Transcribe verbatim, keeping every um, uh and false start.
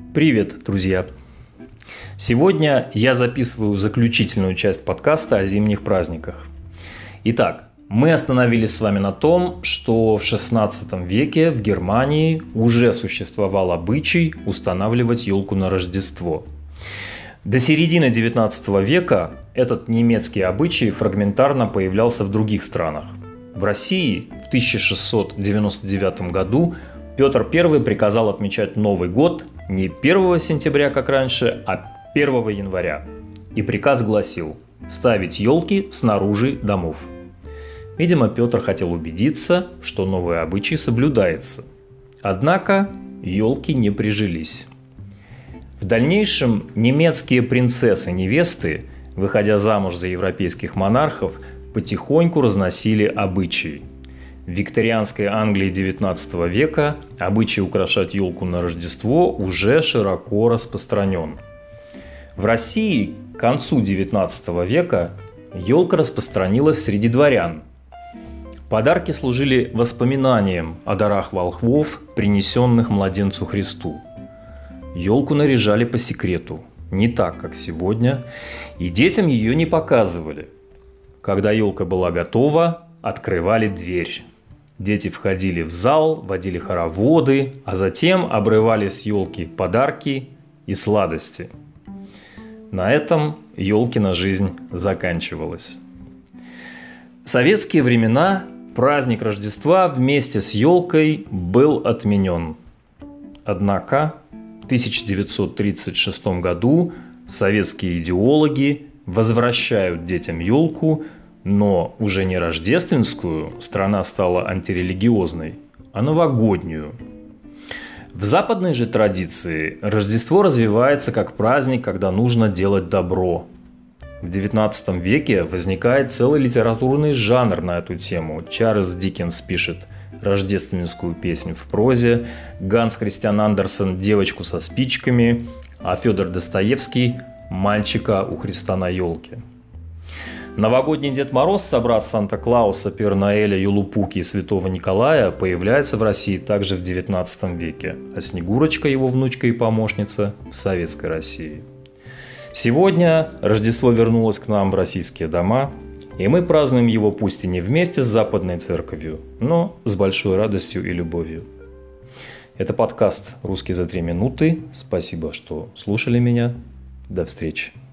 Привет, друзья! Сегодня я записываю заключительную часть подкаста о зимних праздниках. Итак, мы остановились с вами на том, что в шестнадцатом веке в Германии уже существовал обычай устанавливать елку на Рождество. До середины девятнадцатого века этот немецкий обычай фрагментарно появлялся в других странах. В России в тысяча шестьсот девяносто девятом году Петр Первый приказал отмечать Новый год не первого сентября, как раньше, а первого января. И приказ гласил ставить елки снаружи домов. Видимо, Петр хотел убедиться, что новый обычай соблюдается. Однако елки не прижились. В дальнейшем немецкие принцессы-невесты, выходя замуж за европейских монархов, потихоньку разносили обычаи. В викторианской Англии девятнадцатого века обычай украшать елку на Рождество уже широко распространен. В России к концу девятнадцатого века елка распространилась среди дворян. Подарки служили воспоминанием о дарах волхвов, принесенных младенцу Христу. Елку наряжали по секрету, не так, как сегодня, и детям ее не показывали. Когда елка была готова, открывали дверь. Дети входили в зал, водили хороводы, а затем обрывали с елки подарки и сладости. На этом елкина жизнь заканчивалась. В советские времена праздник Рождества вместе с елкой был отменен. Однако в тысяча девятьсот тридцать шестом году советские идеологи возвращают детям елку, но уже не рождественскую, страна стала антирелигиозной, а новогоднюю. В западной же традиции Рождество развивается как праздник, когда нужно делать добро. В девятнадцатом веке возникает целый литературный жанр на эту тему. Чарльз Диккенс пишет рождественскую песню в прозе, Ганс Христиан Андерсен «Девочку со спичками», а Федор Достоевский «Мальчика у Христа на елке». Новогодний Дед Мороз, собрат Санта-Клауса, Пернаэля, Юлупуки и Святого Николая, появляется в России также в девятнадцатом веке, а Снегурочка, его внучка и помощница, в Советской России. Сегодня Рождество вернулось к нам в российские дома, и мы празднуем его пусть и не вместе с Западной Церковью, но с большой радостью и любовью. Это подкаст «Русский за три минуты». Спасибо, что слушали меня. До встречи.